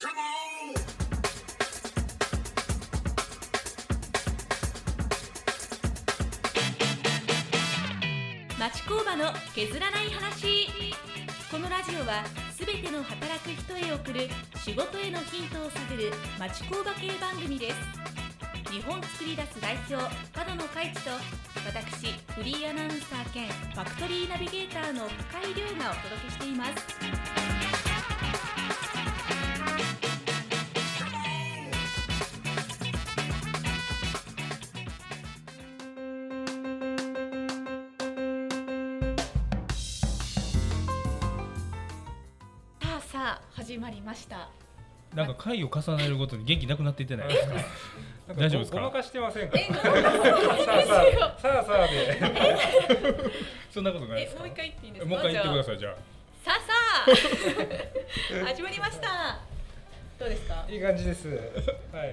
町工場の削らない話。このラジオはすべての働く人へ送る仕事へのヒントを探る町工場系番組です。日本作り出す代表角野海地と私フリーアナウンサー兼ファクトリーナビゲーターの深井亮がお届けしています。始まりました。 なんか回を重ねるごとに元気なくなっていってないですか？大丈夫ですか？ ごまかしてませんか？さあでそんなことないですか？ もう一回言っていいんですか？ もう一回言ってください。じゃあ始まりました。どうですか？ いい感じです。はい。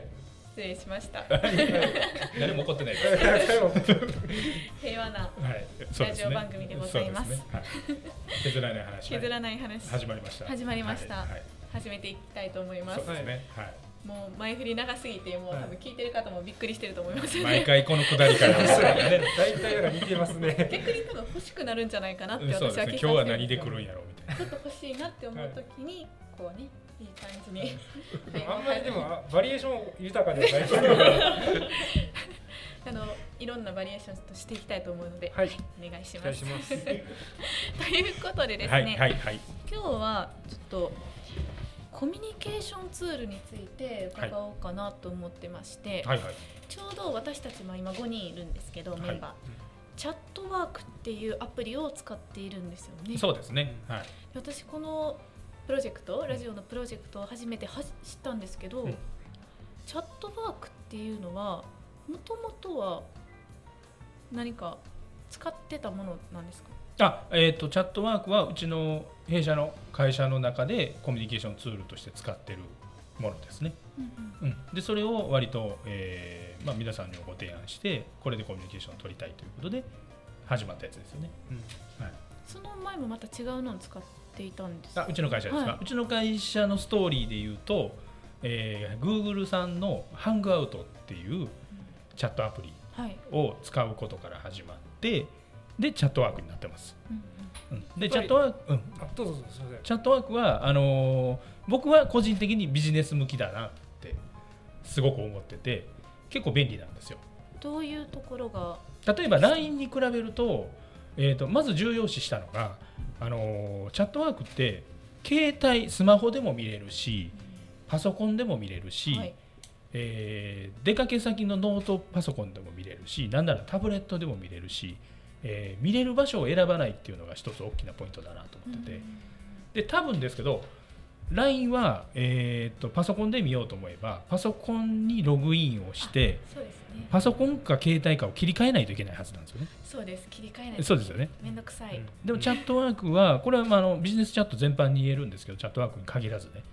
失礼しました。 誰も怒ってないです。 平和なラジオ番組でございます。 削らない話。 削らない話。 始まりました。 始まりました。始めていきたいと思います。 そうですね。はい。 もう前振り長すぎてもう多分聞いてる方もびっくりしてると思います。 毎回このくだりからですよね。 大体が似てますね。 逆に多分欲しくなるんじゃないかなって私は聞いてます。 今日は何で来るんやろうみたいな。 ちょっと欲しいなって思うときにこうね。いい感じにあんまりでもバリエーション豊かではないいろんなバリエーションとしていきたいと思うので、 はい、 お願いします。 ということでですね、 今日はちょっとコミュニケーションツールについて伺おうかなと思ってまして、ちょうど私たちも今5人いるんですけど、メンバー、チャットワークっていうアプリを使っているんですよね。 そうですね。 私このプロジェクト、ラジオのプロジェクトを初めて知ったんですけど、チャットワークっていうのはもともとは何か使ってたものなんですか？ チャットワークはうちの弊社の会社の中でコミュニケーションツールとして使っているものですね。でそれを割と、皆さんにご提案してこれでコミュニケーションを取りたいということで始まったやつですよね。 その前もまた違うのを使っていたんですか？ うちの会社ですか？うちの会社のストーリーでいうと、Google さんのハングアウトっていうチャットアプリを使うことから始まって、でチャットワークになってます。でチャットワーク、チャットワークは僕は個人的にビジネス向きだなってすごく思ってて結構便利なんですよ。 どういうところが？ 例えば LINE に比べると、まず重要視したのがチャットワークって携帯スマホでも見れるしパソコンでも見れるし、出かけ先のノートパソコンでも見れるし、なんならタブレットでも見れるし、見れる場所を選ばないっていうのが一つ大きなポイントだなと思ってて、で多分ですけど LINE は、パソコンで見ようと思えばパソコンにログインをして、パソコンか携帯かを切り替えないといけないはずなんですよね。 そうです、切り替えないと。 そうですよね。 めんどくさい。 でもチャットワークはこれはビジネスチャット全般に言えるんですけど、チャットワークに限らずね、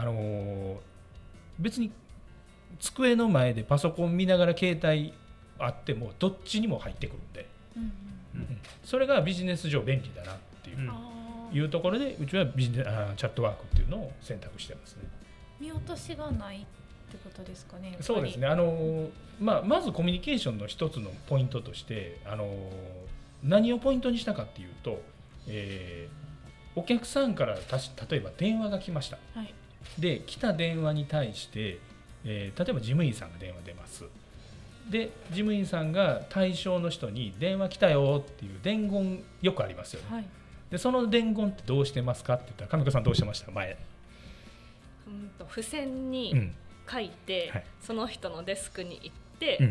別に机の前でパソコン見ながら携帯あってもどっちにも入ってくるんで、それがビジネス上便利だなっていうところでうちはチャットワークっていうのを選択してますね。 見落としがないってことですかね。 そうですね。まずコミュニケーションの一つのポイントとして何をポイントにしたかっていうと、お客さんから例えば電話が来ました。で来た電話に対して、例えば事務員さんが電話出ます。で事務員さんが対象の人に電話来たよっていう伝言よくありますよね。でその伝言ってどうしてますかって言ったら上岡さんどうしてました前？ 付箋に書いて、その人のデスクに行って、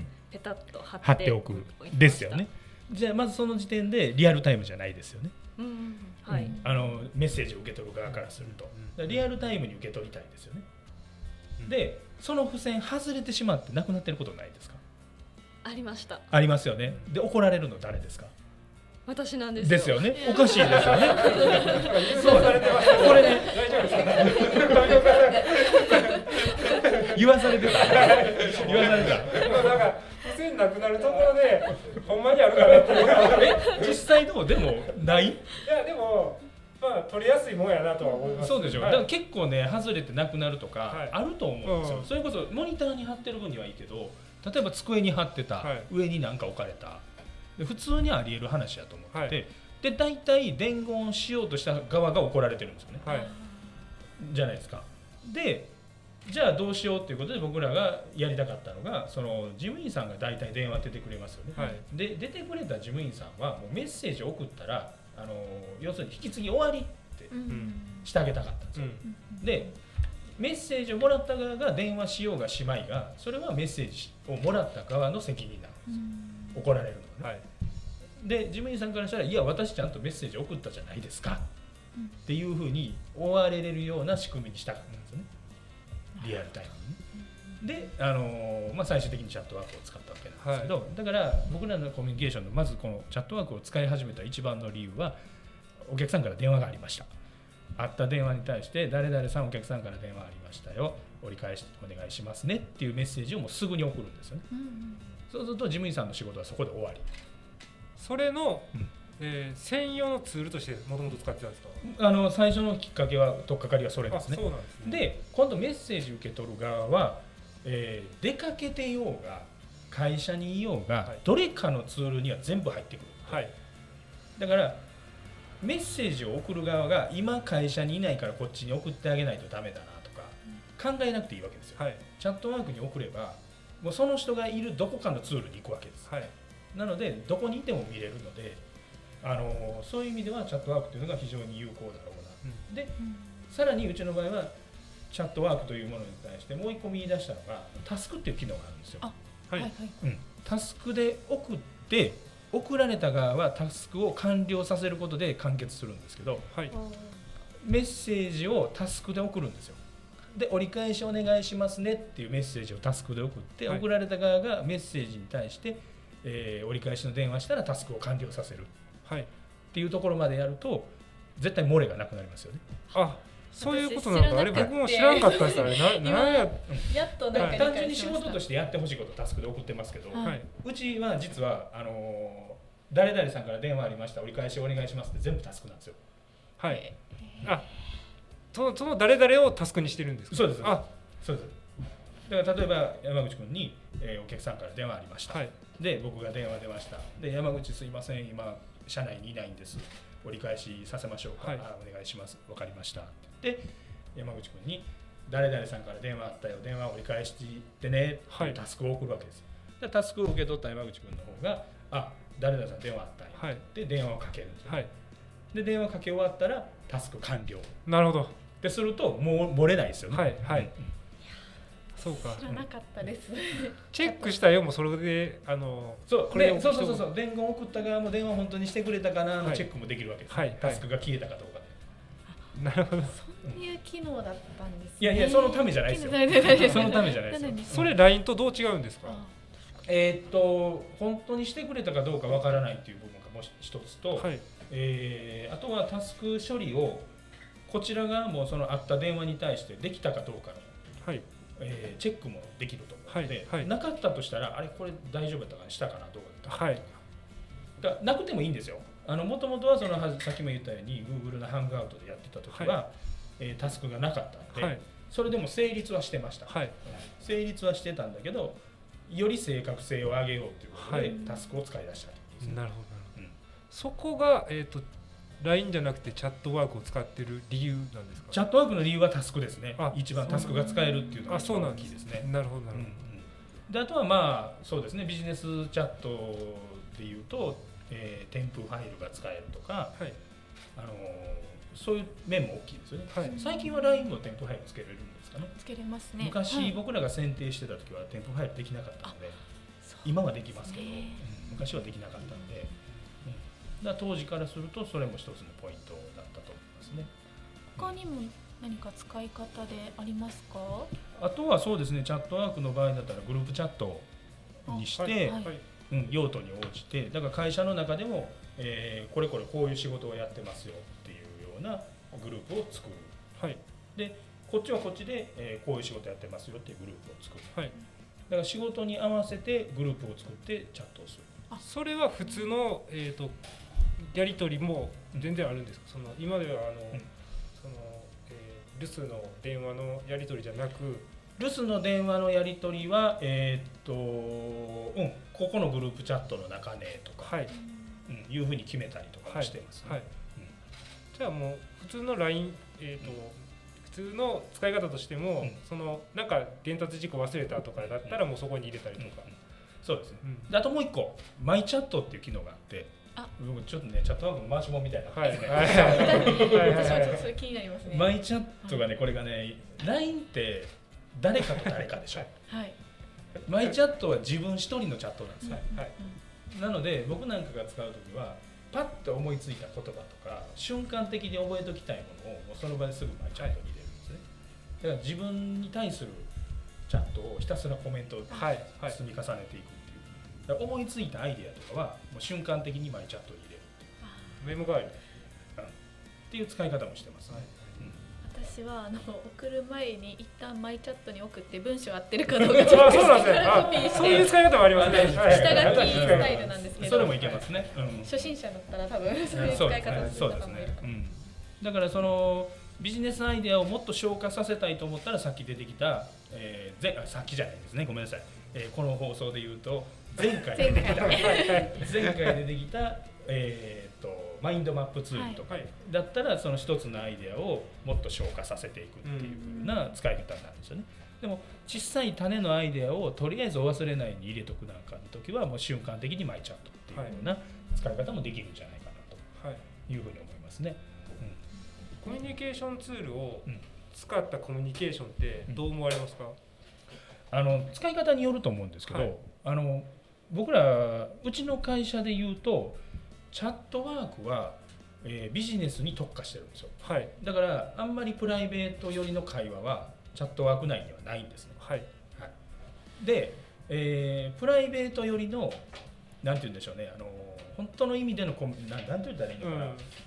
ペタッと貼っておくですよね。じゃあまずその時点でリアルタイムじゃないですよね。メッセージを受け取る側からすると、リアルタイムに受け取りたいですよね。でその付箋外れてしまってなくなってることないですか？ ありました。 ありますよね。で怒られるの誰ですか？ 私なんですよ。 ですよね。おかしいですよね。そうされてます。これね。大丈夫ですか？言わされてた。言わされた。 なんか付箋なくなるところでほんまにあるかなっていう。 実際のでもない？いやでも取りやすいもんやなとは思います。 そうでしょ、だから結構ね外れてなくなるとかあると思うんですよ、それこそモニターに貼ってる分にはいいけど、例えば机に貼ってた、上に何か置かれたで普通にあり得る話やと思ってて、で大体伝言しようとした側が怒られてるんですよね、じゃないですか。でじゃあどうしようっていうことで僕らがやりたかったのが、その事務員さんが大体電話出てくれますよね、で出てくれた事務員さんはもうメッセージを送ったら要するに引き継ぎ終わりってしてあげたかったんですよ、でメッセージをもらった側が電話しようがしまいが、それはメッセージをもらった側の責任なんですよ、怒られるのはね、で事務員さんからしたらいや私ちゃんとメッセージ送ったじゃないですか、っていうふうに追われるような仕組みにしたかったんですよね、リアルタイムに、で最終的にチャットワークを使ったわけなんですけど、だから僕らのコミュニケーションのまずこのチャットワークを使い始めた一番の理由は、お客さんから電話がありました、あった電話に対して誰々さんお客さんから電話ありましたよ、折り返しお願いしますねっていうメッセージをもうすぐに送るんですよね、そうすると事務員さんの仕事はそこで終わり。 それの、専用のツールとしてもともと使ってたんですか？ 最初のきっかけは取っかかりはそれですね。 そうなんですね。 で今度メッセージ受け取る側は、出かけてようが会社にいようが、どれかのツールには全部入ってくる、だからメッセージを送る側が今会社にいないからこっちに送ってあげないとダメだなとか考えなくていいわけですよ、チャットワークに送ればもうその人がいるどこかのツールに行くわけです、なのでどこにいても見れるので、そういう意味ではチャットワークというのが非常に有効だろうな、でさらにうちの場合はチャットワークというものに対してもう一個見出したのがタスクっていう機能があるんですよ。タスクで送って送られた側はタスクを完了させることで完結するんですけど、メッセージをタスクで送るんですよ。で折り返しお願いしますねっていうメッセージをタスクで送って、送られた側がメッセージに対して、折り返しの電話したらタスクを完了させる、っていうところまでやると絶対漏れがなくなりますよね。 そういうことなのか。あれ僕も知らんかったです。あれやっとなんか単純に仕事としてやってほしいことをタスクで送ってますけど、うちは実は誰々さんから電話ありました折り返しお願いしますって全部タスクなんですよ。 その誰々をタスクにしてるんですか？ そうです。そうです。だから例えば山口君に、お客さんから電話ありました、で僕が電話出ました、で山口すいません今社内にいないんです、折り返しさせましょうか、お願いします、分かりましたで山口君に誰々さんから電話あったよ、電話折り返してねっていうタスクを送るわけです。でタスクを受け取った山口君の方が誰々さん電話あったんや、で電話をかけるんですよ、で電話かけ終わったらタスク完了。 なるほど。 でするともう漏れないですよね。 そうか。 知らなかったです。 チェックしたよもそれでそう伝言送った側も電話本当にしてくれたかなのチェックもできるわけです。タスクが消えたかどうかで。 なるほど。 そういう機能だったんですね。 いやそのためじゃないですよ。そのためじゃないですよ。 それ LINE とどう違うんですか？ 本当にしてくれたかどうかわからないっていう部分がもう一つと、あとはタスク処理をこちら側もそのあった電話に対してできたかどうかの、チェックもできると思うので、なかったとしたらあれこれ大丈夫だったかなしたかなどうだったかなとか、なくてもいいんですよ。もともとはさっきも言ったように Google のハングアウトでやってた時は、タスクがなかったので、それでも成立はしてました、成立はしてたんだけどより正確性を上げようということで、タスクを使い出したということですね。 なるほど、そこが、LINE じゃなくてチャットワークを使っている理由なんですか？ チャットワークの理由はタスクですね。一番タスクが使えるっていうのが一番大きいですね。 なるほどなるほど。 であとはそうですね、ビジネスチャットでいうと、添付ファイルが使えるとか、そういう面も大きいですよね。最近は LINE も添付ファイルつけれるんですかね。 つけれますね。 昔、僕らが選定してた時は添付ファイルできなかったので、今はできますけど、昔はできなかったので。当時からするとそれも一つのポイントだったと思いますね。 他にも何か使い方でありますか？ あとはそうですね、チャットワークの場合だったらグループチャットにして、用途に応じて、だから会社の中でも、これこういう仕事をやってますよっていうようなグループを作る、でこっちはこっちで、こういう仕事やってますよっていうグループを作る、だから仕事に合わせてグループを作ってチャットをする。 それは普通の、やり取りも全然あるんですか？今では留守の電話のやり取りじゃなく、 留守の電話のやり取りはここのグループチャットの中ねとか、はい、いうふうに決めたりとかしてますね。はいはい、 じゃあもう普通の LINE、普通の使い方としても、そのなんか伝達事項忘れたとかだったらもうそこに入れたりとか、 そうですね。であともう一個マイチャットっていう機能があって、僕ちょっとねチャットワークの回し物みたいな感じですね。 私もちょっとそれ気になりますね。 マイチャットがねこれがね LINE って誰かと誰かでしょ。はい。マイチャットは自分一人のチャットなんですよ。はい。なので僕なんかが使うときはパッと思いついた言葉とか瞬間的に覚えておきたいものをもうその場ですぐマイチャットに入れるんですね。だから自分に対するチャットをひたすらコメントを積み重ねていくっていう。だから思いついたアイデアとかはもう瞬間的にマイチャットに入れるっていう。 メモ代わりっていう使い方もしてます。 私は送る前に一旦マイチャットに送って文章合ってるかどうかチェックしてからコピーして、 そういう使い方もありますね。 下書きスタイルなんですけど、 それもいけますね。 初心者だったら多分そういう使い方をする方もいるかも。 だからそのビジネスアイデアをもっと消化させたいと思ったらさっき出てきた、さっきじゃないですね、ごめんなさい、この放送で言うと前回出てきたマインドマップツールとかだったらその一つのアイデアをもっと消化させていくっていう風な使い方になるんですよね。でも小さい種のアイデアをとりあえずお忘れないに入れとくなんかの時はもう瞬間的にマイチャットっていうような使い方もできるんじゃないかなというふうに思いますね。 コミュニケーションツールを使ったコミュニケーションってどう思われますか？ 使い方によると思うんですけど、僕らうちの会社で言うとチャットワークは、ビジネスに特化してるんですよ。はい、だからあんまりプライベート寄りの会話はチャットワーク内にはないんですね。はいはい、で、プライベート寄りのなんて言うんでしょうね、本当の意味でのなんて言ったらいいのかな、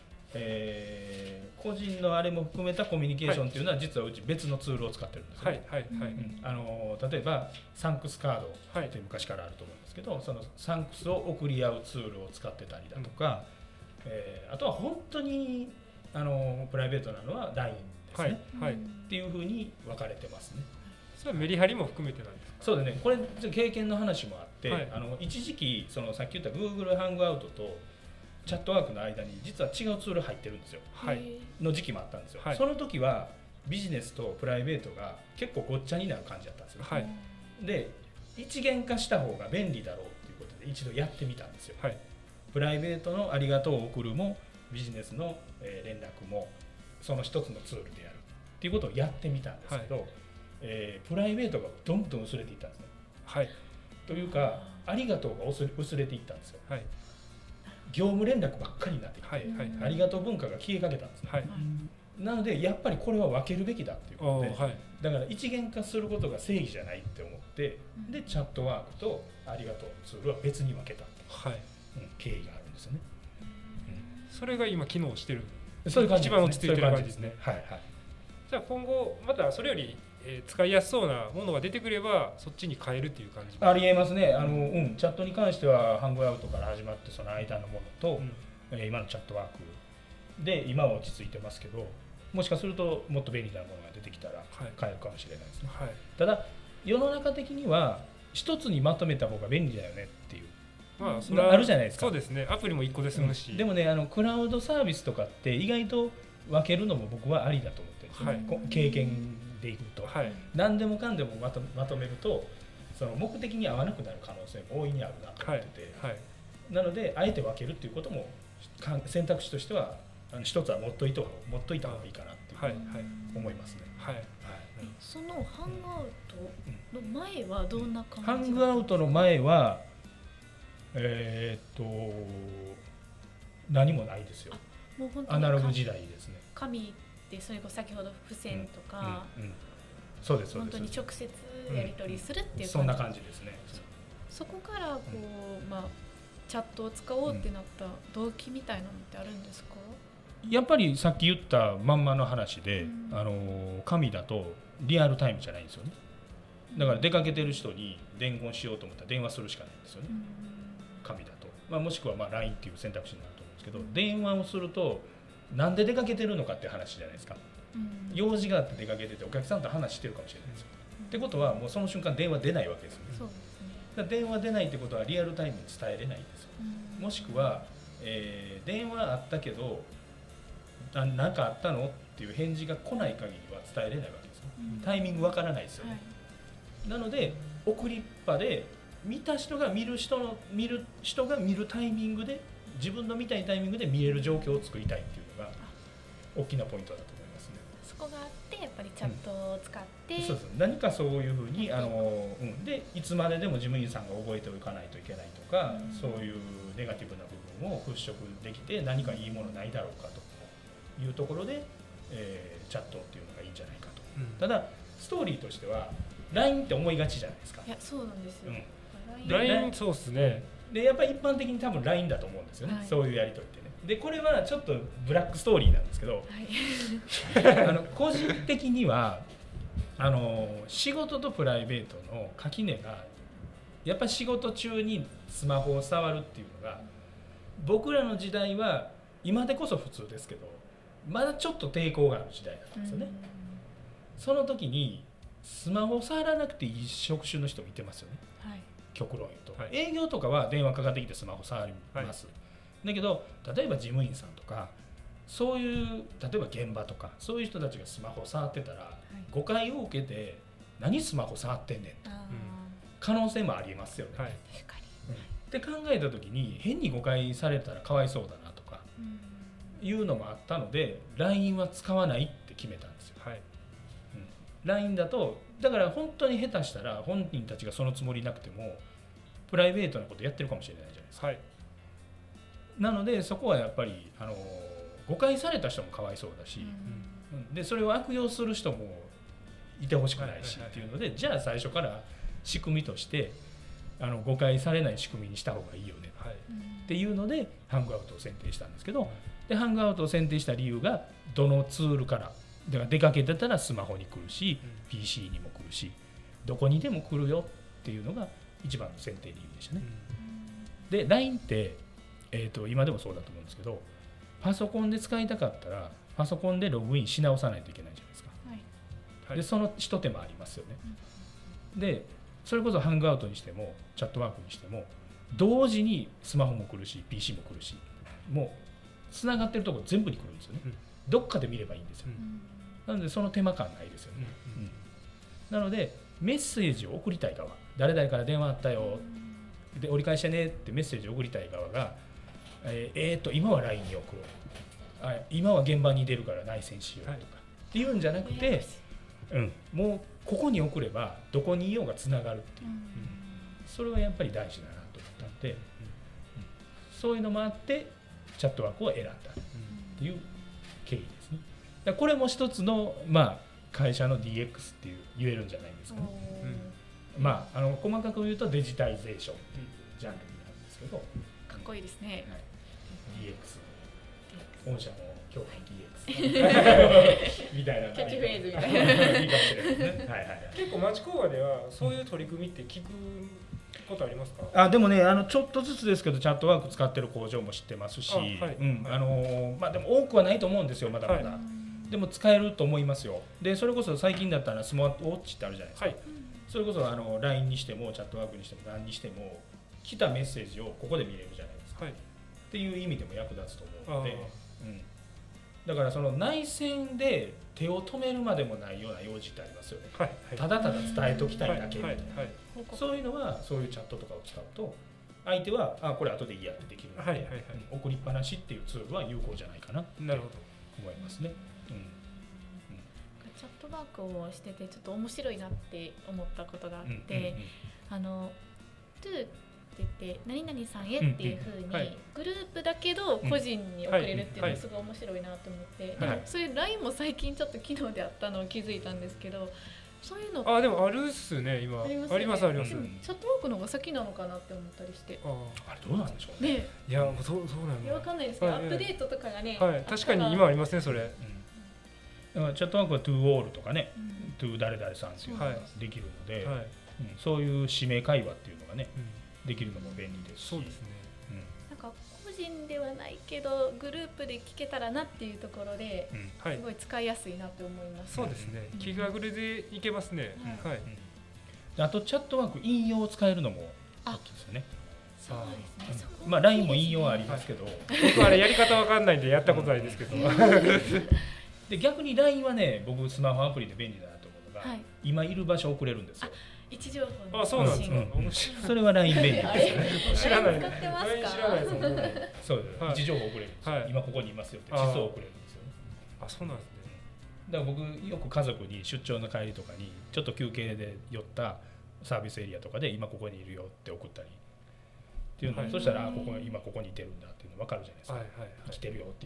個人のあれも含めたコミュニケーションっていうのは実はうち別のツールを使ってるんですよ。はいはいはい、例えばサンクスカードって昔からあると思うんですけど、そのサンクスを送り合うツールを使ってたりだとか、あとは本当にプライベートなのは LINE ですね、はいはい、っていうふうに分かれてますね。 それはメリハリも含めてなんですか？ そうですね、これ経験の話もあって、はい、一時期さっき言った Google ハングアウトとチャットワークの間に実は違うツール入ってるんですよ、はい、の時期もあったんですよ、はい、その時はビジネスとプライベートが結構ごっちゃになる感じだったんですよ、はい、で一元化した方が便利だろうということで一度やってみたんですよ、はい、プライベートのありがとうを送るもビジネスの連絡もその一つのツールでやるっていうことをやってみたんですけど、はい、プライベートがどんどん薄れていったんですね、はい、というかありがとうが薄れていったんですよ、はい、業務連絡ばっかりになってきて、はいはいはい、ありがとう文化が消えかけたんですね、はい、なのでやっぱりこれは分けるべきだっていうことで、はい、だから一元化することが正義じゃないって思って、でチャットワークとありがとうツールは別に分けたっていう、はい経緯があるんですよね、 それが今機能してる、 そういう感じですね、 一番落ち着いてる感じですね。 はいはい、 じゃあ今後またそれより使いやすそうなものが出てくればそっちに変えるっていう感じありえますね。チャットに関してはハングアウトから始まってその間のものと、今のチャットワークで今は落ち着いてますけど、もしかするともっと便利なものが出てきたら変えるかもしれないですね、はい、ただ世の中的には一つにまとめた方が便利だよねっていう、 まあ、それはあるじゃないですか。 そうですね、アプリも1個で済むし、 でもねクラウドサービスとかって意外と分けるのも僕はありだと思ってるんですよ、はい、経験でいくと、はい、何でもかんでもまとめるとその目的に合わなくなる可能性も大いにあるなと思ってて、はいはい、なのであえて分けるっていうことも選択肢としては一つは持っといた方がいいかなっていう、はいはい、思いますね、はいはい、 そのハングアウトの前はどんな感じ？ ハングアウトの前は何もないですよ。もう本当にアナログ時代ですね。 紙でそれこそ先ほど付箋とか、 そうです本当に直接やり取りするっていう感じ、 そんな感じですね。 そこからチャットを使おうってなった動機みたいなのってあるんですか？ やっぱりさっき言ったまんまの話で、紙だとリアルタイムじゃないんですよね。だから出かけてる人に伝言しようと思ったら電話するしかないんですよね、紙だと、もしくはLINE っていう選択肢になると思うんですけど、電話をするとなんで出かけてるのかっていう話じゃないですか。 用事があって出かけててお客さんと話してるかもしれないですよ、ってことはもうその瞬間電話出ないわけですよね。 そうですね。 だから電話出ないってことはリアルタイムに伝えれないんですよ、もしくは、電話あったけど何かあったのっていう返事が来ない限りは伝えれないわけですよ、タイミングわからないですよね、なので送りっぱで見た人が見る人が見るタイミングで自分の見たいタイミングで見える状況を作りたいっていうのが大きなポイントだと思いますね。 そこがあってやっぱりチャットを使って、 そうそう、何かそういうふうにでいつまででも事務員さんが覚えておかないといけないとか、そういうネガティブな部分を払拭できて何かいいものないだろうかというところで、チャットっていうのがいいんじゃないかと、ただストーリーとしては LINE って思いがちじゃないですか。 いやそうなんですよ、 LINE そうですね。 でやっぱり一般的に多分 LINE だと思うんですよね、そういうやり取りってね。でこれはちょっとブラックストーリーなんですけど、個人的には仕事とプライベートの垣根がやっぱり仕事中にスマホを触るっていうのが僕らの時代は今でこそ普通ですけどまだちょっと抵抗がある時代だったんですよね、その時にスマホを触らなくていい職種の人もいてますよね、極論言うと、営業とかは電話かかってきてスマホ触ります、だけど例えば事務員さんとかそういう例えば現場とかそういう人たちがスマホを触ってたら、誤解を受けて何スマホ触ってんねんと可能性もありますよね、確かに、って考えた時に変に誤解されたらかわいそうだなとかいうのもあったので LINE は使わないって決めたんですよ、LINE だとだから本当に下手したら本人たちがそのつもりなくてもプライベートなことやってるかもしれないじゃないですか、なのでそこはやっぱり誤解された人もかわいそうだし、でそれを悪用する人もいてほしくないしっていうので、じゃあ最初から仕組みとして誤解されない仕組みにした方がいいよねっていうのでハングアウトを選定したんですけど、でハングアウトを選定した理由がどのツールからだから出かけてたらスマホに来るし、PC にも来るしどこにでも来るよっていうのが一番の選定理由でしたね、で LINE って、今でもそうだと思うんですけどパソコンで使いたかったらパソコンでログインし直さないといけないじゃないですか、でその一手間ありますよね、でそれこそハングアウトにしてもチャットワークにしても同時にスマホも来るし PC も来るしもうつながってるところ全部に来るんですよね、どっかで見ればいいんですよ、なのでその手間感ないですよね、なのでメッセージを送りたい側誰々から電話あったよで折り返してねってメッセージを送りたい側が今は LINE に送ろう今は現場に出るから内線しようとか、っていうんじゃなくて、もうここに送ればどこにいようがつながるっていう、それはやっぱり大事だなと思ったので、そういうのもあってチャットワークを選んだっていう経緯ですね。だからこれも一つの、会社の DX っていう言えるんじゃないですかね。細かく言うとデジタイゼーションっていうジャンルになるんですけど、 かっこいいですね、 DX 御社の今日の DX みたいなキャッチフレーズみたいないいかもしれないですね。 結構町工場ではそういう取り組みって聞くことありますか？ でもねちょっとずつですけどチャットワーク使ってる工場も知ってますし、でも多くはないと思うんですよまだまだ、でも使えると思いますよ。でそれこそ最近だったらスマートウォッチってあるじゃないですか、それこそLINE にしてもチャットワークにしても何にしても来たメッセージをここで見れるじゃないですか、っていう意味でも役立つと思うので、だからその内線で手を止めるまでもないような用事ってありますよね、ただただ伝えときたいだけみたいな、そういうのはそういうチャットとかを使うと相手はこれ後でいいやってできるので、送りっぱなしっていうツールは有効じゃないかなって思いますね。 チャットワークをしててちょっと面白いなって思ったことがあって、トゥーって言って何々さんへっていう風にグループだけど個人に送れるっていうのがすごい面白いなと思って、そういう LINE も最近ちょっと機能であったのを気づいたんですけど、そういうのでもあるっすね今。あります。チャットワークの方が先なのかなって思ったりして、 あれどうなんでしょうね。 いやそうなんだ。 わかんないですけど、アップデートとかがね、 確かに今ありますねそれ。 チャットワークは ToAll とかね、To 誰々さんっていうのができるので、そういう指名会話っていうのがね、できるのも便利ですし。 そうですね。 なんか個人ではないけどグループで聞けたらなっていうところで、すごい使いやすいなって思います。 そうですね、気軽でいけますね。はい。 あとチャットワーク引用を使えるのも大きいですよね。 そうですね。 まあ LINE も引用はありますけど、 僕あれやり方わかんないんでやったことないですけど。 で逆に LINE はね、僕スマホアプリで便利だなと思うのが、今いる場所送れるんですよ。 位置情報。 あ、そうなんですか。 それは LINE 便利ですよね。 知らない。 使ってますか？ 知らないです。 そうです。位置情報送れるんですよ。今ここにいますよって地図を送れるんですよね。 あ、そうなんですね。 だから僕よく家族に出張の帰りとかにちょっと休憩で寄ったサービスエリアとかで今ここにいるよって送ったりっていうの、そしたら今ここにいてるんだっていうの分かるじゃないですか。生きてるよっていう。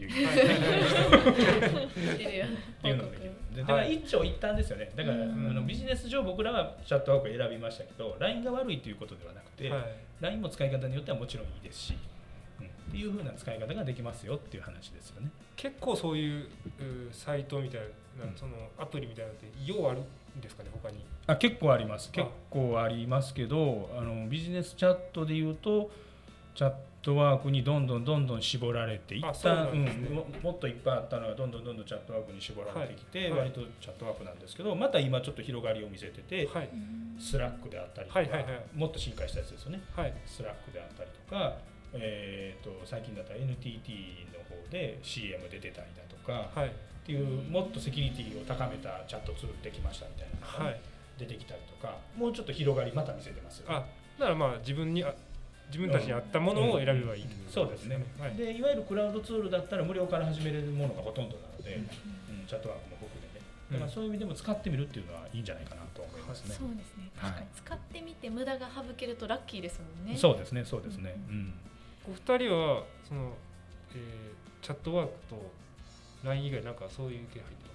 っていうのができる。だから一長一短ですよね。だからビジネス上僕らはチャットワークを選びましたけど、LINE が悪いということではなくて、LINE も使い方によってはもちろんいいですし、っていう風な使い方ができますよっていう話ですよね。 結構そういうサイトみたいな、そのアプリみたいなのって用あるんですかね、他に。 結構あります。結構ありますけど、ビジネスチャットでいうとチャットワークにどんどん絞られて、一旦もっといっぱいあったのがどんどんチャットワークに絞られてきて、割とチャットワークなんですけど、また今ちょっと広がりを見せてて、スラックであったりとか、もっと進化したやつですよね。スラックであったりとか、最近だったら NTT の方で CM で出たりだとか、っていうもっとセキュリティを高めたチャットツールできましたみたいなのが出てきたりとか、もうちょっと広がりまた見せてますよね。 だからまあ自分たちに合ったものを選べばいいということ。 そうですね。でいわゆるクラウドツールだったら無料から始めれるものがほとんどなので、チャットワークも含めて、だからそういう意味でも使ってみるっていうのはいいんじゃないかなと思いますね。 そうですね。確かに使ってみて無駄が省けるとラッキーですもんね。 そうですね、そうですね。 お二人はそのチャットワークと LINE 以外なんかそういう系入ってます？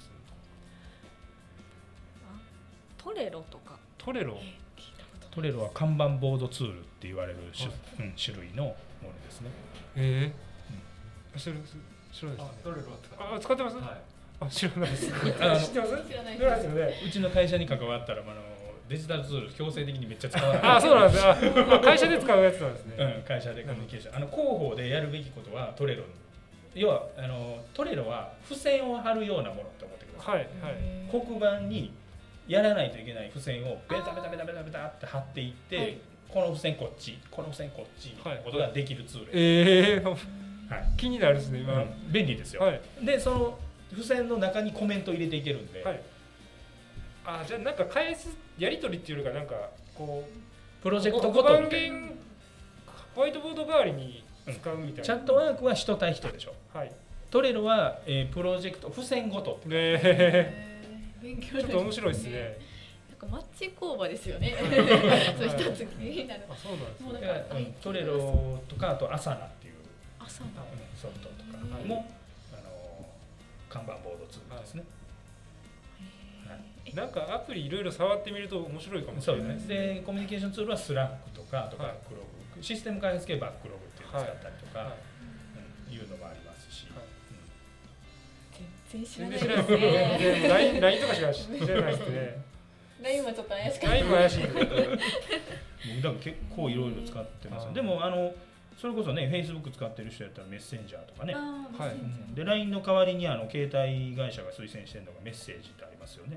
トレロとか。 トレロは看板ボードツールって言われる種類のものですね。 知らないです。 トレロは使ってます？知らないです。知ってます？知らないですよね。 うちの会社に関わったらデジタルツール強制的にめっちゃ使わない。 そうなんですよ。会社で使うやつなんですね。 会社でコミュニケーション。広報でやるべきことはトレロ。要はトレロは付箋を貼るようなものと思ってください。黒板にやらないといけない付箋をベタって貼っていって、この付箋こっち、この付箋こっちみたいなことができるツール。 気になるですね。今便利ですよ。でその付箋の中にコメントを入れていけるんで。 じゃあなんか返すやり取りっていうよりかなんかこうプロジェクトごとみたいなホワイトボード代わりに使うみたいな。 チャットワークは人対人でしょ。トレロはプロジェクト付箋ごと。 勉強ちょっと面白いですね。 なんかマッチ工場ですよね。そう一つ気になる。 そうなんですね。トレロとかあとアサナっていうソフトとかも看板ボードツールですね。 なんかアプリいろいろ触ってみると面白いかもしれないですね。でコミュニケーションツールはスラックとかバックログ、システム開発系バックログっていうのを使ったりとかいうのもありますし。 全然知らないですね。 LINE とかしか知らないですね。 LINE もちょっと怪しかった。 LINE も怪しい。 僕だから結構いろいろ使ってます。でもそれこそね Facebook 使ってる人やったらメッセンジャーとかね。で LINE の代わりに携帯会社が推薦してるのがメッセージってありますよね。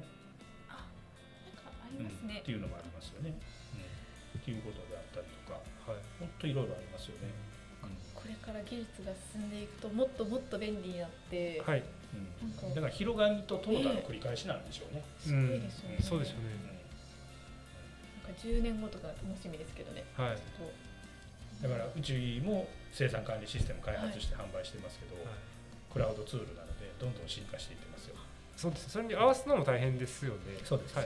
っていうのもありますよね。っていうことであったりとか、もっといろいろありますよね。 これから技術が進んでいくともっともっと便利になって、 だから広がりと淘汰の繰り返しなんでしょうね。 すごいですよね。 そうですよね。 なんか10年後とか楽しみですけどね。 だからうちも生産管理システム開発して販売してますけど、クラウドツールなのでどんどん進化していってますよ。 そうです。それに合わせるのも大変ですよね。 そうです。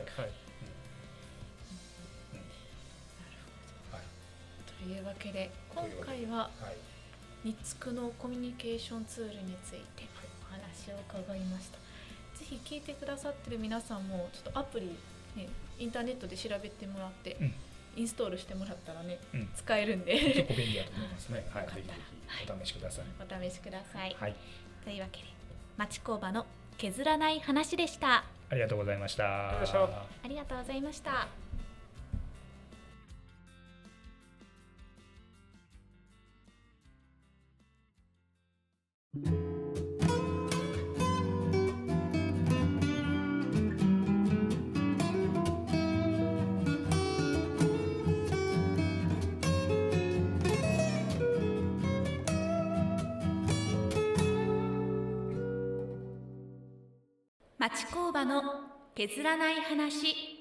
というわけで今回はニツクのコミュニケーションツールについてお話を伺いました。ぜひ聞いてくださってる皆さんもちょっとアプリ、インターネットで調べてもらって、インストールしてもらったらね、使えるんで結構便利だと思いますね。ぜひぜひお試しください。 お試しください。というわけで町工場の削らない話でした。 ありがとうございました。 ありがとうございました。 町工場の削らない話。